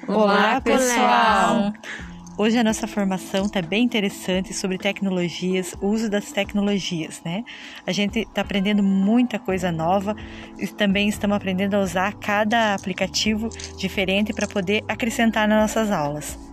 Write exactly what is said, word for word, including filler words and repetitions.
Olá, pessoal! Hoje a nossa formação está bem interessante sobre tecnologias, o uso das tecnologias, né? A gente está aprendendo muita coisa nova e também estamos aprendendo a usar cada aplicativo diferente para poder acrescentar nas nossas aulas.